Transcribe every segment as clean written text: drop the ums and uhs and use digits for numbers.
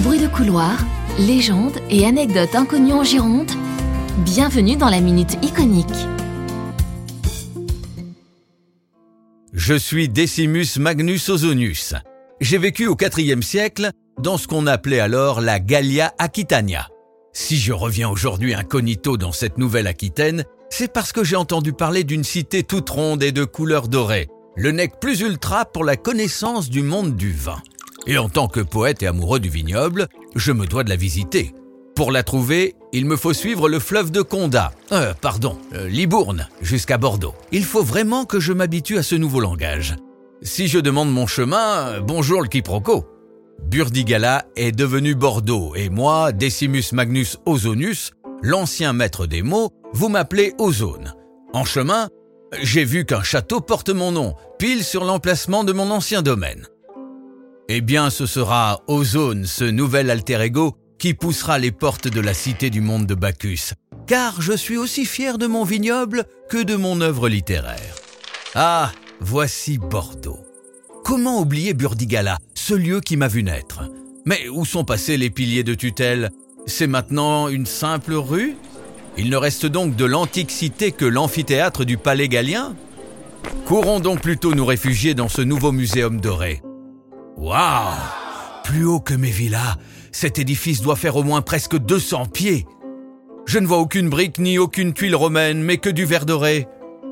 Bruits de couloir, légendes et anecdotes inconnues en Gironde. Bienvenue dans la Minute Iconique. Je suis Decimus Magnus Ausonius. J'ai vécu au IVe siècle dans ce qu'on appelait alors la Gallia Aquitania. Si je reviens aujourd'hui incognito dans cette nouvelle Aquitaine, c'est parce que j'ai entendu parler d'une cité toute ronde et de couleur dorée, le nec plus ultra pour la connaissance du monde du vin. Et en tant que poète et amoureux du vignoble, je me dois de la visiter. Pour la trouver, il me faut suivre le fleuve de Condat, Libourne, jusqu'à Bordeaux. Il faut vraiment que je m'habitue à ce nouveau langage. Si je demande mon chemin, bonjour le quiproquo. Burdigala est devenu Bordeaux et moi, Decimus Magnus Ausonius, l'ancien maître des mots, vous m'appelez Ozone. En chemin, j'ai vu qu'un château porte mon nom, pile sur l'emplacement de mon ancien domaine. Eh bien, ce sera Ozone, ce nouvel alter ego, qui poussera les portes de la cité du monde de Bacchus, car je suis aussi fier de mon vignoble que de mon œuvre littéraire. Ah, voici Bordeaux. Comment oublier Burdigala, ce lieu qui m'a vu naître? Mais où sont passés les piliers de tutelle? C'est maintenant une simple rue? Il ne reste donc de l'antique cité que l'amphithéâtre du Palais Gallien? Courons donc plutôt nous réfugier dans ce nouveau muséum doré. Waouh! Plus haut que mes villas, cet édifice doit faire au moins presque 200 pieds. Je ne vois aucune brique ni aucune tuile romaine, mais que du verre doré.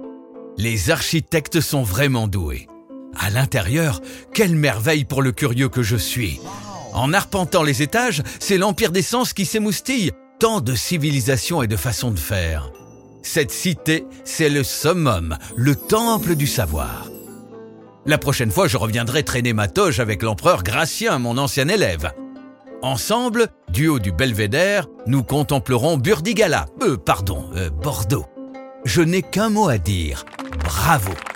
Les architectes sont vraiment doués. À l'intérieur, quelle merveille pour le curieux que je suis. En arpentant les étages, c'est l'empire des sens qui s'émoustille, tant de civilisation et de façon de faire. Cette cité, c'est le summum, le temple du savoir. La prochaine fois, je reviendrai traîner ma toge avec l'empereur Gratien, mon ancien élève. Ensemble, du haut du belvédère, nous contemplerons Burdigala, Bordeaux. Je n'ai qu'un mot à dire. Bravo!